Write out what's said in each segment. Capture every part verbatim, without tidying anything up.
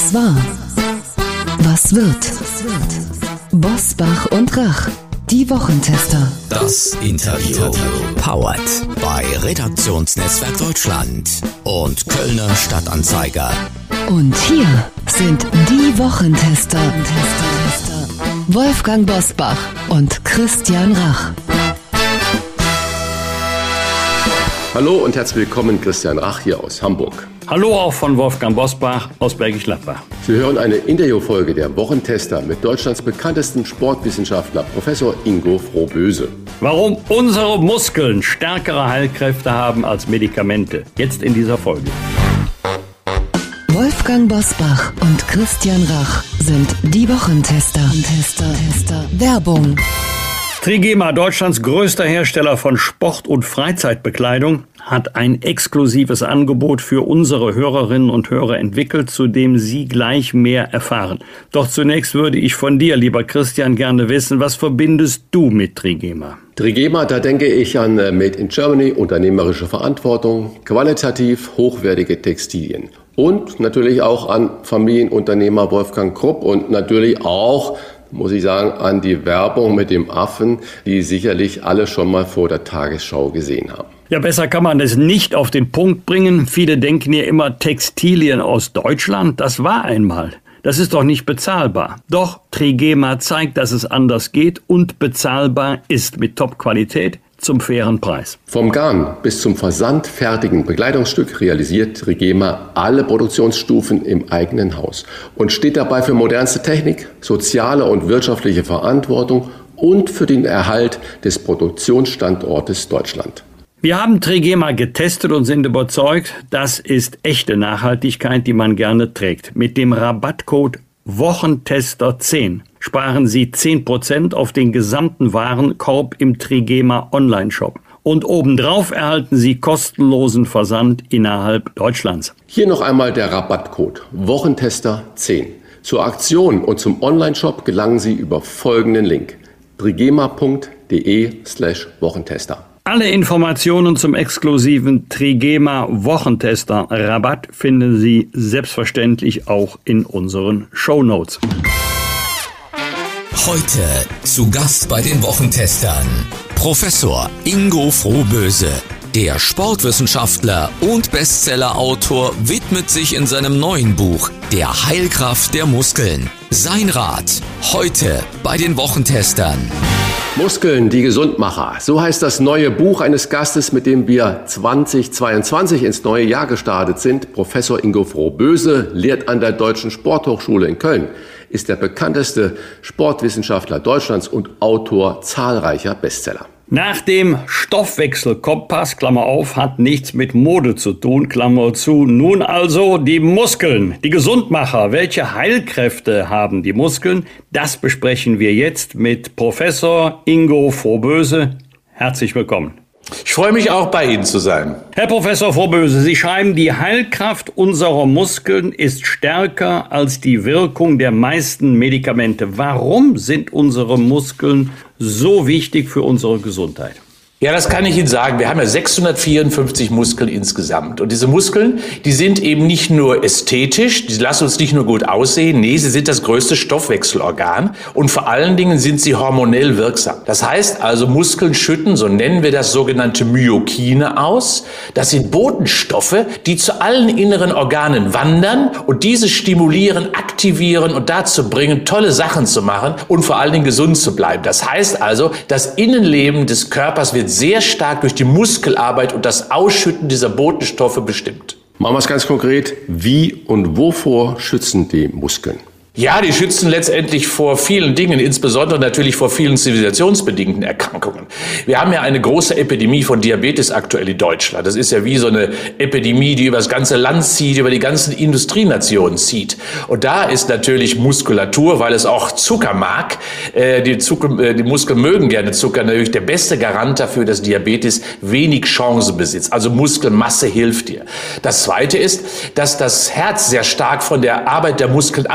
Was war? Was wird? Bosbach und Rach, die Wochentester. Das Interview. Powered bei Redaktionsnetzwerk Deutschland und Kölner Stadtanzeiger. Und hier sind die Wochentester. Wolfgang Bosbach und Christian Rach. Hallo und herzlich willkommen, Christian Rach hier aus Hamburg. Hallo auch von Wolfgang Bosbach aus Bergisch Gladbach. Sie hören eine Interviewfolge der Wochentester mit Deutschlands bekanntesten Sportwissenschaftler, Professor Ingo Frohböse. Warum unsere Muskeln stärkere Heilkräfte haben als Medikamente. Jetzt in dieser Folge. Wolfgang Bosbach und Christian Rach sind die Wochentester. Tester, Tester. Werbung. Trigema, Deutschlands größter Hersteller von Sport- und Freizeitbekleidung, hat ein exklusives Angebot für unsere Hörerinnen und Hörer entwickelt, zu dem Sie gleich mehr erfahren. Doch zunächst würde ich von dir, lieber Christian, gerne wissen, was verbindest du mit Trigema? Trigema, da denke ich an Made in Germany, unternehmerische Verantwortung, qualitativ hochwertige Textilien. Und natürlich auch an Familienunternehmer Wolfgang Krupp und natürlich auch, muss ich sagen, an die Werbung mit dem Affen, die sicherlich alle schon mal vor der Tagesschau gesehen haben. Ja, besser kann man das nicht auf den Punkt bringen. Viele denken ja immer Textilien aus Deutschland. Das war einmal. Das ist doch nicht bezahlbar. Doch Trigema zeigt, dass es anders geht und bezahlbar ist mit Top-Qualität zum fairen Preis. Vom Garn bis zum versandfertigen Bekleidungsstück realisiert Trigema alle Produktionsstufen im eigenen Haus und steht dabei für modernste Technik, soziale und wirtschaftliche Verantwortung und für den Erhalt des Produktionsstandortes Deutschland. Wir haben Trigema getestet und sind überzeugt, das ist echte Nachhaltigkeit, die man gerne trägt. Mit dem Rabattcode Wochentester zehn sparen Sie zehn Prozent auf den gesamten Warenkorb im Trigema Online-Shop. Und obendrauf erhalten Sie kostenlosen Versand innerhalb Deutschlands. Hier noch einmal der Rabattcode Wochentester zehn. Zur Aktion und zum Online-Shop gelangen Sie über folgenden Link: trigema.de slash Wochentester. Alle Informationen zum exklusiven Trigema Wochentester Rabatt finden Sie selbstverständlich auch in unseren Shownotes. Heute zu Gast bei den Wochentestern Professor Ingo Frohböse. Der Sportwissenschaftler und Bestsellerautor widmet sich in seinem neuen Buch der Heilkraft der Muskeln. Sein Rat heute bei den Wochentestern. Muskeln, die Gesundmacher. So heißt das neue Buch eines Gastes, mit dem wir zweitausendzweiundzwanzig ins neue Jahr gestartet sind. Professor Ingo Frohböse lehrt an der Deutschen Sporthochschule in Köln, ist der bekannteste Sportwissenschaftler Deutschlands und Autor zahlreicher Bestseller. Nach dem Stoffwechselkompass, Klammer auf, hat nichts mit Mode zu tun, Klammer zu. Nun also die Muskeln, die Gesundmacher. Welche Heilkräfte haben die Muskeln? Das besprechen wir jetzt mit Professor Ingo Frohböse. Herzlich willkommen. Ich freue mich auch, bei Ihnen zu sein. Herr Professor Frohböse, Sie schreiben, die Heilkraft unserer Muskeln ist stärker als die Wirkung der meisten Medikamente. Warum sind unsere Muskeln so wichtig für unsere Gesundheit? Ja, das kann ich Ihnen sagen. Wir haben ja sechshundertvierundfünfzig Muskeln insgesamt. Und diese Muskeln, die sind eben nicht nur ästhetisch, die lassen uns nicht nur gut aussehen. Nee, sie sind das größte Stoffwechselorgan. Und vor allen Dingen sind sie hormonell wirksam. Das heißt also, Muskeln schütten, so nennen wir das, sogenannte Myokine aus. Das sind Botenstoffe, die zu allen inneren Organen wandern und diese stimulieren, aktivieren und dazu bringen, tolle Sachen zu machen und vor allen Dingen gesund zu bleiben. Das heißt also, das Innenleben des Körpers wird sehr stark durch die Muskelarbeit und das Ausschütten dieser Botenstoffe bestimmt. Machen wir es ganz konkret. Wie und wovor schützen die Muskeln? Ja, die schützen letztendlich vor vielen Dingen, insbesondere natürlich vor vielen zivilisationsbedingten Erkrankungen. Wir haben ja eine große Epidemie von Diabetes aktuell in Deutschland. Das ist ja wie so eine Epidemie, die über das ganze Land zieht, über die ganzen Industrienationen zieht. Und da ist natürlich Muskulatur, weil es auch Zucker mag, äh, die, Zucker, äh, die Muskeln mögen gerne Zucker, natürlich der beste Garant dafür, dass Diabetes wenig Chancen besitzt. Also Muskelmasse hilft dir. Das Zweite ist, dass das Herz sehr stark von der Arbeit der Muskeln abhängig ist.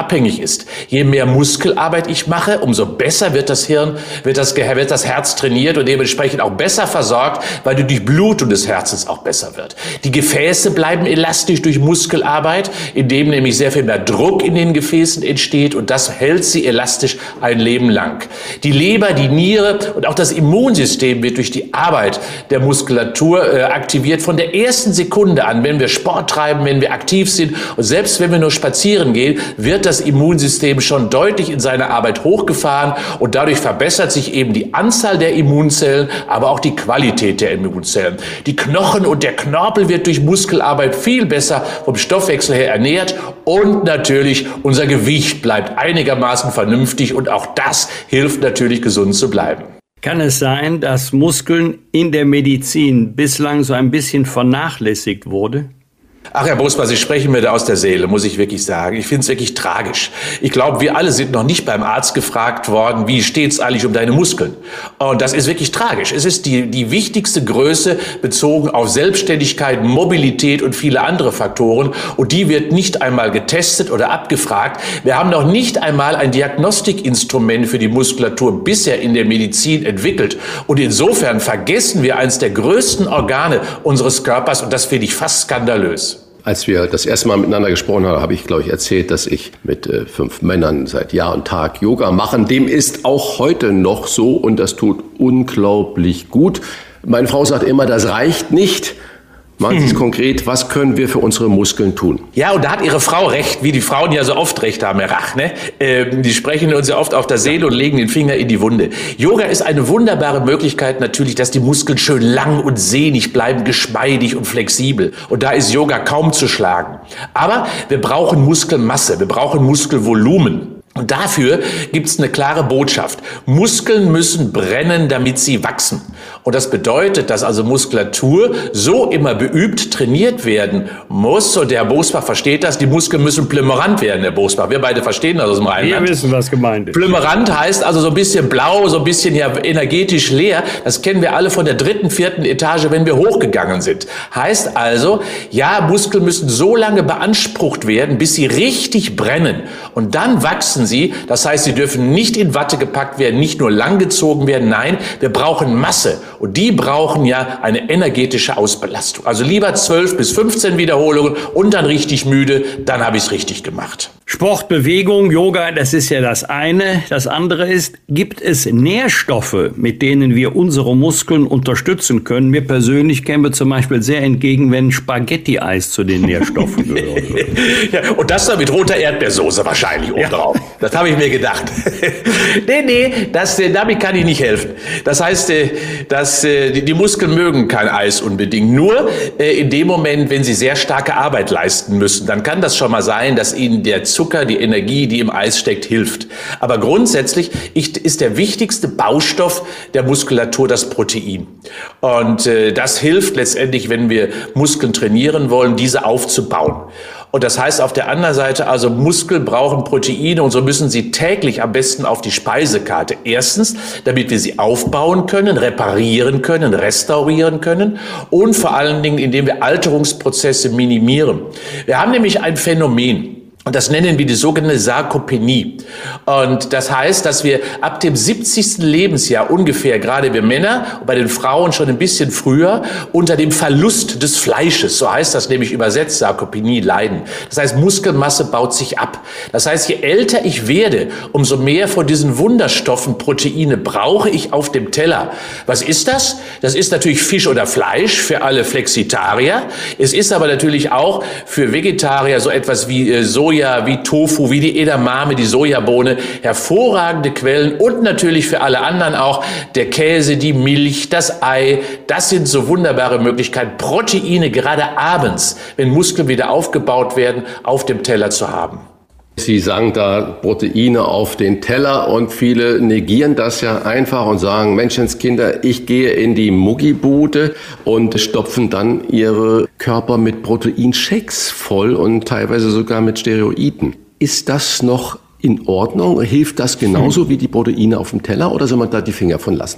ist. Je mehr Muskelarbeit ich mache, umso besser wird das Hirn, wird das, wird das Herz trainiert und dementsprechend auch besser versorgt, weil die Durchblutung des Herzens auch besser wird. Die Gefäße bleiben elastisch durch Muskelarbeit, indem nämlich sehr viel mehr Druck in den Gefäßen entsteht und das hält sie elastisch ein Leben lang. Die Leber, die Niere und auch das Immunsystem wird durch die Arbeit der Muskulatur äh, aktiviert von der ersten Sekunde an, wenn wir Sport treiben, wenn wir aktiv sind und selbst wenn wir nur spazieren gehen, wird das Immunsystem schon deutlich in seiner Arbeit hochgefahren und dadurch verbessert sich eben die Anzahl der Immunzellen, aber auch die Qualität der Immunzellen. Die Knochen und der Knorpel wird durch Muskelarbeit viel besser vom Stoffwechsel her ernährt und natürlich unser Gewicht bleibt einigermaßen vernünftig und auch das hilft natürlich, gesund zu bleiben. Kann es sein, dass Muskeln in der Medizin bislang so ein bisschen vernachlässigt wurde? Ach, Herr Bosbach, Sie sprechen mir da aus der Seele, muss ich wirklich sagen. Ich finde es wirklich tragisch. Ich glaube, wir alle sind noch nicht beim Arzt gefragt worden, wie steht's eigentlich um deine Muskeln? Und das ist wirklich tragisch. Es ist die, die wichtigste Größe bezogen auf Selbstständigkeit, Mobilität und viele andere Faktoren. Und die wird nicht einmal getestet oder abgefragt. Wir haben noch nicht einmal ein Diagnostikinstrument für die Muskulatur bisher in der Medizin entwickelt. Und insofern vergessen wir eines der größten Organe unseres Körpers. Und das finde ich fast skandalös. Als wir das erste Mal miteinander gesprochen haben, habe ich, glaube ich, erzählt, dass ich mit äh, fünf Männern seit Jahr und Tag Yoga mache. Dem ist auch heute noch so und das tut unglaublich gut. Meine Frau sagt immer, das reicht nicht. Machen Sie es konkret, was können wir für unsere Muskeln tun? Ja, und da hat Ihre Frau recht, wie die Frauen ja so oft recht haben, Herr Rach. Ne? Ähm, die sprechen uns ja oft auf der Seele und legen den Finger in die Wunde. Yoga ist eine wunderbare Möglichkeit natürlich, dass die Muskeln schön lang und sehnig bleiben, geschmeidig und flexibel. Und da ist Yoga kaum zu schlagen. Aber wir brauchen Muskelmasse, wir brauchen Muskelvolumen. Und dafür gibt es eine klare Botschaft. Muskeln müssen brennen, damit sie wachsen. Und das bedeutet, dass also Muskulatur so immer beübt trainiert werden muss. Und der Herr Bosbach versteht das. Die Muskeln müssen plümerant werden, Herr Bosbach. Wir beide verstehen das aus dem Rheinland. Wir wissen, was gemeint ist. Plümerant heißt also so ein bisschen blau, so ein bisschen ja energetisch leer. Das kennen wir alle von der dritten, vierten Etage, wenn wir hochgegangen sind. Heißt also, ja, Muskeln müssen so lange beansprucht werden, bis sie richtig brennen. Und dann wachsen sie. Das heißt, sie dürfen nicht in Watte gepackt werden, nicht nur langgezogen werden. Nein, wir brauchen Masse. Und die brauchen ja eine energetische Ausbelastung. Also lieber zwölf bis fünfzehn Wiederholungen und dann richtig müde, dann habe ich es richtig gemacht. Sport, Bewegung, Yoga, das ist ja das eine. Das andere ist, gibt es Nährstoffe, mit denen wir unsere Muskeln unterstützen können? Mir persönlich käme zum Beispiel sehr entgegen, wenn Spaghetti-Eis zu den Nährstoffen gehört. Ja, und das dann mit roter Erdbeersoße wahrscheinlich oben drauf. Ja. Das habe ich mir gedacht. nee, nee, das, damit kann ich nicht helfen. Das heißt, dass die, die Muskeln mögen kein Eis unbedingt. Nur in dem Moment, wenn sie sehr starke Arbeit leisten müssen, dann kann das schon mal sein, dass ihnen der Zucker, die Energie, die im Eis steckt, hilft. Aber grundsätzlich ist der wichtigste Baustoff der Muskulatur das Protein. Und äh, das hilft letztendlich, wenn wir Muskeln trainieren wollen, diese aufzubauen. Und das heißt auf der anderen Seite, also Muskeln brauchen Proteine und so müssen sie täglich am besten auf die Speisekarte. Erstens, damit wir sie aufbauen können, reparieren können, restaurieren können und vor allen Dingen, indem wir Alterungsprozesse minimieren. Wir haben nämlich ein Phänomen. Und das nennen wir die sogenannte Sarkopenie. Und das heißt, dass wir ab dem siebzigsten Lebensjahr ungefähr, gerade wir Männer, und bei den Frauen schon ein bisschen früher, unter dem Verlust des Fleisches, so heißt das nämlich übersetzt, Sarkopenie, leiden. Das heißt, Muskelmasse baut sich ab. Das heißt, je älter ich werde, umso mehr von diesen Wunderstoffen, Proteine brauche ich auf dem Teller. Was ist das? Das ist natürlich Fisch oder Fleisch für alle Flexitarier. Es ist aber natürlich auch für Vegetarier so etwas wie äh, Soja, wie Tofu, wie die Edamame, die Sojabohne, hervorragende Quellen und natürlich für alle anderen auch der Käse, die Milch, das Ei. Das sind so wunderbare Möglichkeiten, Proteine gerade abends, wenn Muskeln wieder aufgebaut werden, auf dem Teller zu haben. Sie sagen da Proteine auf den Teller und viele negieren das ja einfach und sagen, Menschenskinder, ich gehe in die Muggibude und stopfen dann ihre Körper mit Proteinshakes voll und teilweise sogar mit Steroiden. Ist das noch in Ordnung? Hilft das genauso wie die Proteine auf dem Teller oder soll man da die Finger von lassen?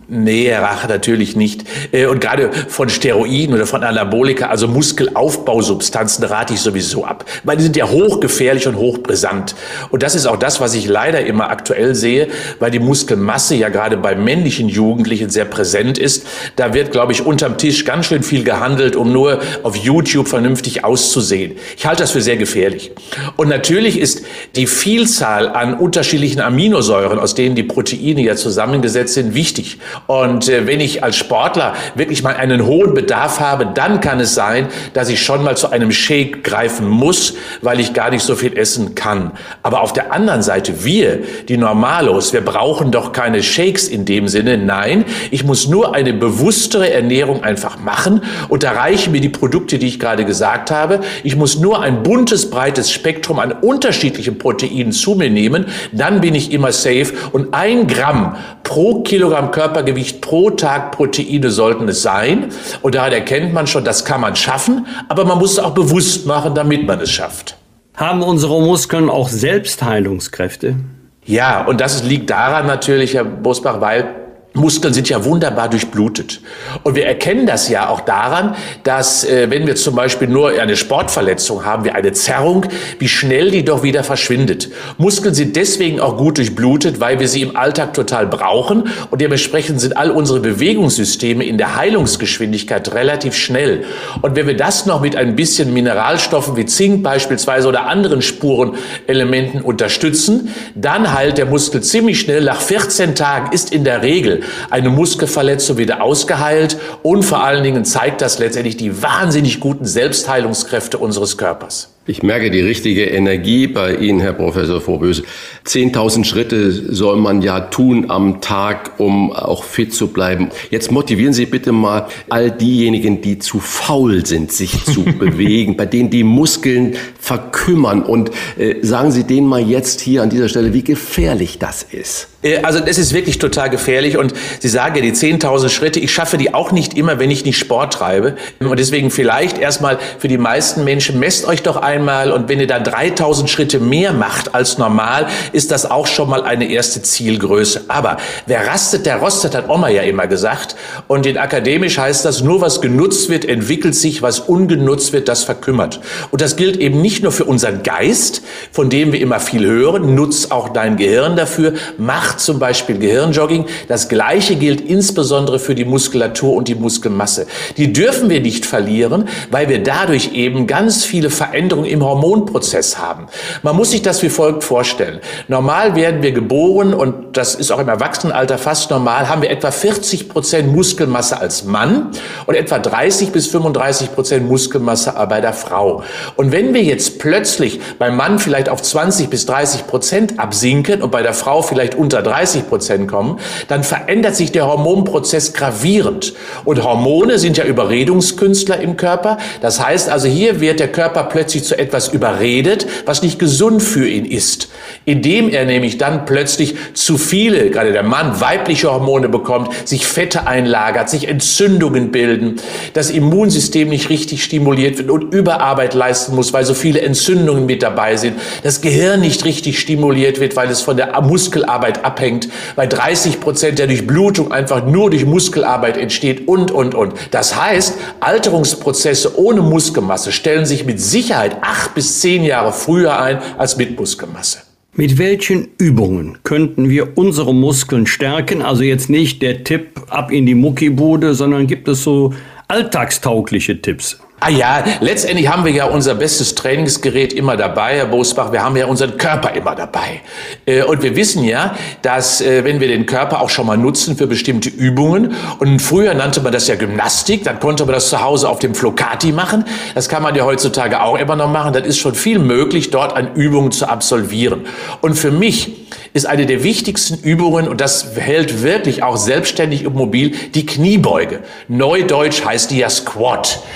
Nee, Herr Rach, natürlich nicht. Und gerade von Steroiden oder von Anabolika, also Muskelaufbausubstanzen, rate ich sowieso ab. Weil die sind ja hochgefährlich und hochbrisant. Und das ist auch das, was ich leider immer aktuell sehe, weil die Muskelmasse ja gerade bei männlichen Jugendlichen sehr präsent ist. Da wird, glaube ich, unterm Tisch ganz schön viel gehandelt, um nur auf YouTube vernünftig auszusehen. Ich halte das für sehr gefährlich. Und natürlich ist die Vielzahl an unterschiedlichen Aminosäuren, aus denen die Proteine ja zusammengesetzt sind, wichtig. Und äh, wenn ich als Sportler wirklich mal einen hohen Bedarf habe, dann kann es sein, dass ich schon mal zu einem Shake greifen muss, weil ich gar nicht so viel essen kann. Aber auf der anderen Seite, wir, die Normalos, wir brauchen doch keine Shakes in dem Sinne. Nein, ich muss nur eine bewusstere Ernährung einfach machen und da reichen mir die Produkte, die ich gerade gesagt habe. Ich muss nur ein buntes, breites Spektrum an unterschiedlichen Proteinen zu mir nehmen, dann bin ich immer safe und ein Gramm pro Kilogramm Körpergewicht pro Tag Proteine sollten es sein. Und daran erkennt man schon, das kann man schaffen, aber man muss es auch bewusst machen, damit man es schafft. Haben unsere Muskeln auch Selbstheilungskräfte? Ja, und das liegt daran natürlich, Herr Bosbach, weil Muskeln sind ja wunderbar durchblutet. Und wir erkennen das ja auch daran, dass äh, wenn wir zum Beispiel nur eine Sportverletzung haben, wie eine Zerrung, wie schnell die doch wieder verschwindet. Muskeln sind deswegen auch gut durchblutet, weil wir sie im Alltag total brauchen. Und dementsprechend sind all unsere Bewegungssysteme in der Heilungsgeschwindigkeit relativ schnell. Und wenn wir das noch mit ein bisschen Mineralstoffen wie Zink beispielsweise oder anderen Spurenelementen unterstützen, dann heilt der Muskel ziemlich schnell. Nach vierzehn Tagen ist in der Regel eine Muskelverletzung wieder ausgeheilt und vor allen Dingen zeigt das letztendlich die wahnsinnig guten Selbstheilungskräfte unseres Körpers. Ich merke die richtige Energie bei Ihnen, Herr Professor Frohböse. zehntausend Schritte soll man ja tun am Tag, um auch fit zu bleiben. Jetzt motivieren Sie bitte mal all diejenigen, die zu faul sind, sich zu bewegen, bei denen die Muskeln verkümmern. Und äh, sagen Sie denen mal jetzt hier an dieser Stelle, wie gefährlich das ist. Also es ist wirklich total gefährlich und Sie sagen ja die zehntausend Schritte, ich schaffe die auch nicht immer, wenn ich nicht Sport treibe. Und deswegen vielleicht erstmal für die meisten Menschen, messt euch doch einmal und wenn ihr da dreitausend Schritte mehr macht als normal, ist das auch schon mal eine erste Zielgröße. Aber wer rastet, der rostet, hat Oma ja immer gesagt. Und in akademisch heißt das, nur was genutzt wird, entwickelt sich, was ungenutzt wird, das verkümmert. Und das gilt eben nicht nur für unseren Geist, von dem wir immer viel hören, nutz auch dein Gehirn dafür, mach zum Beispiel Gehirnjogging. Das Gleiche gilt insbesondere für die Muskulatur und die Muskelmasse. Die dürfen wir nicht verlieren, weil wir dadurch eben ganz viele Veränderungen im Hormonprozess haben. Man muss sich das wie folgt vorstellen. Normal werden wir geboren und das ist auch im Erwachsenenalter fast normal, haben wir etwa vierzig Prozent Muskelmasse als Mann und etwa dreißig bis fünfunddreißig Prozent Muskelmasse bei der Frau. Und wenn wir jetzt plötzlich beim Mann vielleicht auf zwanzig bis dreißig Prozent absinken und bei der Frau vielleicht unter dreißig Prozent kommen, dann verändert sich der Hormonprozess gravierend. Und Hormone sind ja Überredungskünstler im Körper. Das heißt also, hier wird der Körper plötzlich zu etwas überredet, was nicht gesund für ihn ist. Indem er nämlich dann plötzlich zu viele, gerade der Mann, weibliche Hormone bekommt, sich Fette einlagert, sich Entzündungen bilden, das Immunsystem nicht richtig stimuliert wird und Überarbeit leisten muss, weil so viele Entzündungen mit dabei sind, das Gehirn nicht richtig stimuliert wird, weil es von der Muskelarbeit abhängt, weil dreißig Prozent der Durchblutung einfach nur durch Muskelarbeit entsteht und, und, und. Das heißt, Alterungsprozesse ohne Muskelmasse stellen sich mit Sicherheit acht bis zehn Jahre früher ein als mit Muskelmasse. Mit welchen Übungen könnten wir unsere Muskeln stärken? Also jetzt nicht der Tipp ab in die Muckibude, sondern gibt es so alltagstaugliche Tipps? Ah ja, letztendlich haben wir ja unser bestes Trainingsgerät immer dabei, Herr Bosbach. Wir haben ja unseren Körper immer dabei. Und wir wissen ja, dass wenn wir den Körper auch schon mal nutzen für bestimmte Übungen, und früher nannte man das ja Gymnastik, dann konnte man das zu Hause auf dem Flocati machen. Das kann man ja heutzutage auch immer noch machen. Das ist schon viel möglich, dort an Übungen zu absolvieren. Und für mich ist eine der wichtigsten Übungen, und das hält wirklich auch selbstständig und mobil, die Kniebeuge. Neudeutsch heißt die ja Squat. Was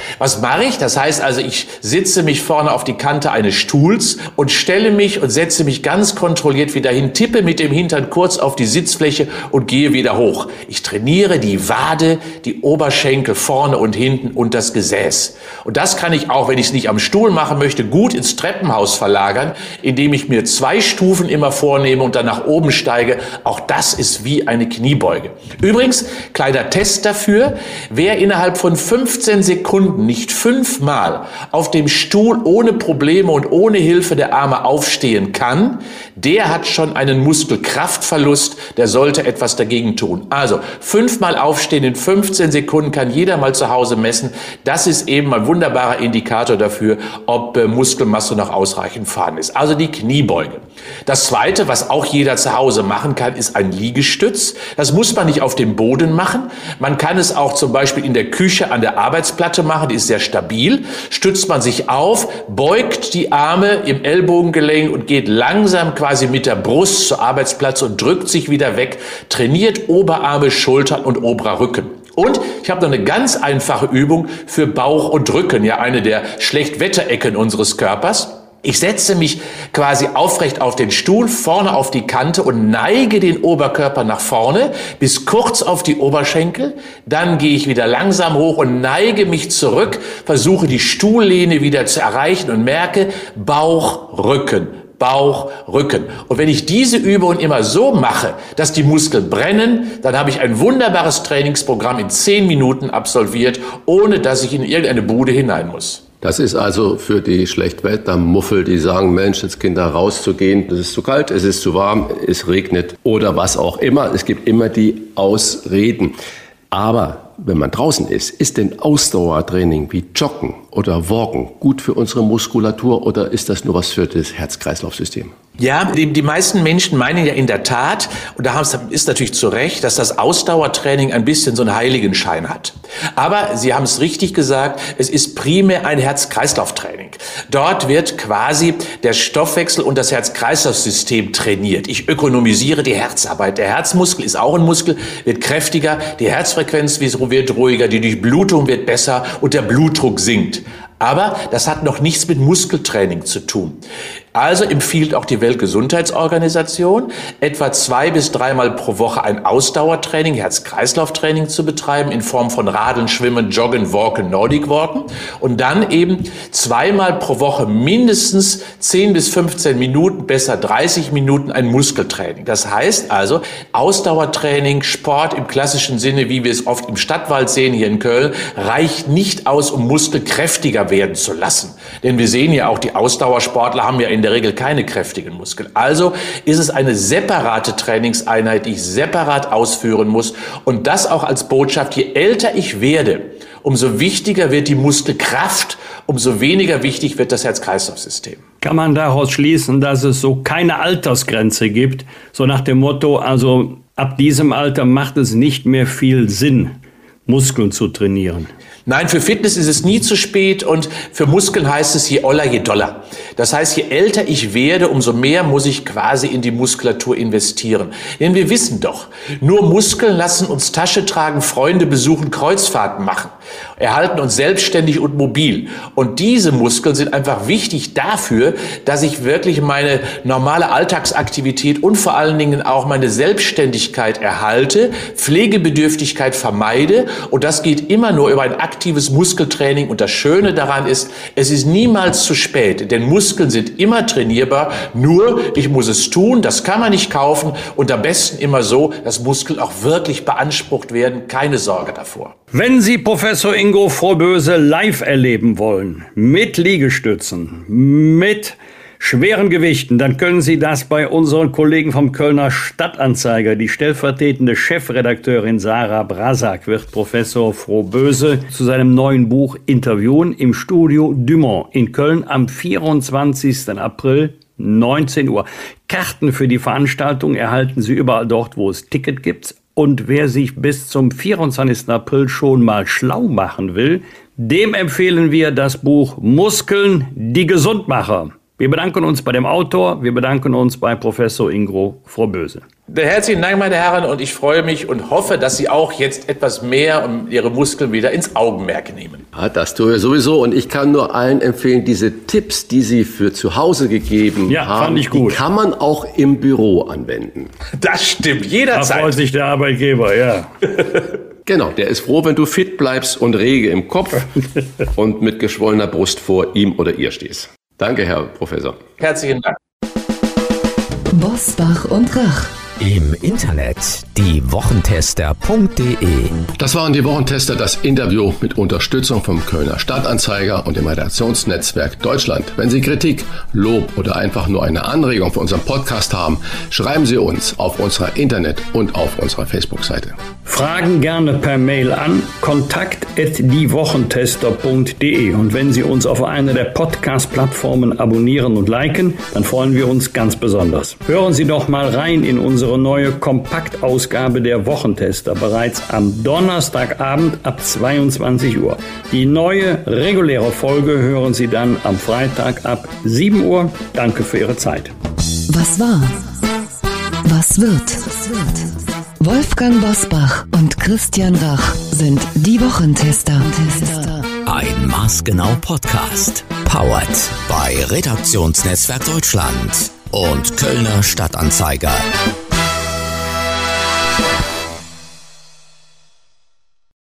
mache ich. Das heißt also, ich sitze mich vorne auf die Kante eines Stuhls und stelle mich und setze mich ganz kontrolliert wieder hin, tippe mit dem Hintern kurz auf die Sitzfläche und gehe wieder hoch. Ich trainiere die Wade, die Oberschenkel vorne und hinten und das Gesäß. Und das kann ich auch, wenn ich es nicht am Stuhl machen möchte, gut ins Treppenhaus verlagern, indem ich mir zwei Stufen immer vornehme und dann nach oben steige. Auch das ist wie eine Kniebeuge. Übrigens, kleiner Test dafür, wer innerhalb von fünfzehn Sekunden nicht fünfmal auf dem Stuhl ohne Probleme und ohne Hilfe der Arme aufstehen kann, der hat schon einen Muskelkraftverlust, der sollte etwas dagegen tun. Also fünfmal aufstehen in fünfzehn Sekunden kann jeder mal zu Hause messen. Das ist eben ein wunderbarer Indikator dafür, ob äh, Muskelmasse noch ausreichend vorhanden ist. Also die Kniebeuge. Das Zweite, was auch jeder zu Hause machen kann, ist ein Liegestütz. Das muss man nicht auf dem Boden machen. Man kann es auch zum Beispiel in der Küche an der Arbeitsplatte machen. Die ist sehr stabil. Stützt man sich auf, beugt die Arme im Ellbogengelenk und geht langsam quasi mit der Brust zur Arbeitsplatz und drückt sich wieder weg. Trainiert Oberarme, Schultern und oberer Rücken. Und ich habe noch eine ganz einfache Übung für Bauch und Rücken, ja eine der Schlechtwetterecken unseres Körpers. Ich setze mich quasi aufrecht auf den Stuhl, vorne auf die Kante und neige den Oberkörper nach vorne bis kurz auf die Oberschenkel. Dann gehe ich wieder langsam hoch und neige mich zurück, versuche die Stuhllehne wieder zu erreichen und merke Bauch, Rücken. Bauch, Rücken. Und wenn ich diese Übungen immer so mache, dass die Muskeln brennen, dann habe ich ein wunderbares Trainingsprogramm in zehn Minuten absolviert, ohne dass ich in irgendeine Bude hinein muss. Das ist also für die Schlechtwettermuffel, die sagen, Mensch, jetzt Kinder rauszugehen, es ist zu kalt, es ist zu warm, es regnet oder was auch immer. Es gibt immer die Ausreden. Aber wenn man draußen ist, ist denn Ausdauertraining wie Joggen oder Walken gut für unsere Muskulatur oder ist das nur was für das Herz-Kreislauf-System? Ja, die, die meisten Menschen meinen ja in der Tat, und da ist natürlich zu Recht, dass das Ausdauertraining ein bisschen so einen Heiligenschein hat. Aber Sie haben es richtig gesagt, es ist primär ein Herz-Kreislauf-Training. Dort wird quasi der Stoffwechsel und das Herz-Kreislauf-System trainiert. Ich ökonomisiere die Herzarbeit. Der Herzmuskel ist auch ein Muskel, wird kräftiger, die Herzfrequenz wird ruhiger, die Durchblutung wird besser und der Blutdruck sinkt. Aber das hat noch nichts mit Muskeltraining zu tun. Also empfiehlt auch die Weltgesundheitsorganisation, etwa zwei bis dreimal pro Woche ein Ausdauertraining, Herz-Kreislauf-Training zu betreiben in Form von Radeln, Schwimmen, Joggen, Walken, Nordic Walken und dann eben zweimal pro Woche mindestens zehn bis fünfzehn Minuten, besser dreißig Minuten ein Muskeltraining. Das heißt also Ausdauertraining, Sport im klassischen Sinne, wie wir es oft im Stadtwald sehen hier in Köln, reicht nicht aus, um muskelkräftiger werden zu lassen. Denn wir sehen ja auch, die Ausdauersportler haben ja in der Regel keine kräftigen Muskeln. Also ist es eine separate Trainingseinheit, die ich separat ausführen muss. Und das auch als Botschaft, je älter ich werde, umso wichtiger wird die Muskelkraft, umso weniger wichtig wird das Herz-Kreislauf-System. Kann man daraus schließen, dass es so keine Altersgrenze gibt? So nach dem Motto, also ab diesem Alter macht es nicht mehr viel Sinn, Muskeln zu trainieren. Nein, für Fitness ist es nie zu spät und für Muskeln heißt es je oller, je doller. Das heißt, je älter ich werde, umso mehr muss ich quasi in die Muskulatur investieren. Denn wir wissen doch, nur Muskeln lassen uns Tasche tragen, Freunde besuchen, Kreuzfahrten machen, erhalten uns selbstständig und mobil. Und diese Muskeln sind einfach wichtig dafür, dass ich wirklich meine normale Alltagsaktivität und vor allen Dingen auch meine Selbstständigkeit erhalte, Pflegebedürftigkeit vermeide und das geht immer nur über ein aktives Muskeltraining und das Schöne daran ist, es ist niemals zu spät, denn Muskeln sind immer trainierbar, nur ich muss es tun, das kann man nicht kaufen und am besten immer so, dass Muskeln auch wirklich beansprucht werden, keine Sorge davor. Wenn Sie Professor Ingo Frohböse live erleben wollen, mit Liegestützen, mit schweren Gewichten, dann können Sie das bei unseren Kollegen vom Kölner Stadtanzeiger. Die stellvertretende Chefredakteurin Sarah Brasak wird Professor Frohböse zu seinem neuen Buch interviewen im Studio Dumont in Köln am vierundzwanzigsten April, neunzehn Uhr. Karten für die Veranstaltung erhalten Sie überall dort, wo es Ticket gibt. Und wer sich bis zum vierundzwanzigsten April schon mal schlau machen will, dem empfehlen wir das Buch Muskeln, die Gesundmacher. Wir bedanken uns bei dem Autor, wir bedanken uns bei Professor Ingo Frohböse. Herzlichen Dank, meine Herren, und ich freue mich und hoffe, dass Sie auch jetzt etwas mehr und Ihre Muskeln wieder ins Augenmerk nehmen. Ja, das tue ich sowieso, und ich kann nur allen empfehlen, diese Tipps, die Sie für zu Hause gegeben ja, haben, fand ich gut. Die kann man auch im Büro anwenden. Das stimmt, jederzeit. Da freut sich der Arbeitgeber, ja. Genau, der ist froh, wenn du fit bleibst und rege im Kopf und mit geschwollener Brust vor ihm oder ihr stehst. Danke, Herr Professor. Herzlichen Dank. Bosbach und Rach. Im Internet die Wochentester punkt de. Das waren die Wochentester, das Interview mit Unterstützung vom Kölner Stadtanzeiger und dem Redaktionsnetzwerk Deutschland. Wenn Sie Kritik, Lob oder einfach nur eine Anregung für unseren Podcast haben, schreiben Sie uns auf unserer Internet- und auf unserer Facebook-Seite. Fragen gerne per Mail an kontakt at die wochentester punkt de. Und wenn Sie uns auf einer der Podcast-Plattformen abonnieren und liken, dann freuen wir uns ganz besonders. Hören Sie doch mal rein in unsere neue Kompaktausgabe der Wochentester, bereits am Donnerstagabend ab zweiundzwanzig Uhr. Die neue reguläre Folge hören Sie dann am Freitag ab sieben Uhr. Danke für Ihre Zeit. Was war? Was wird? Wolfgang Bosbach und Christian Rach sind die Wochentester. Ein Maßgenau Podcast. Powered bei Redaktionsnetzwerk Deutschland und Kölner Stadtanzeiger.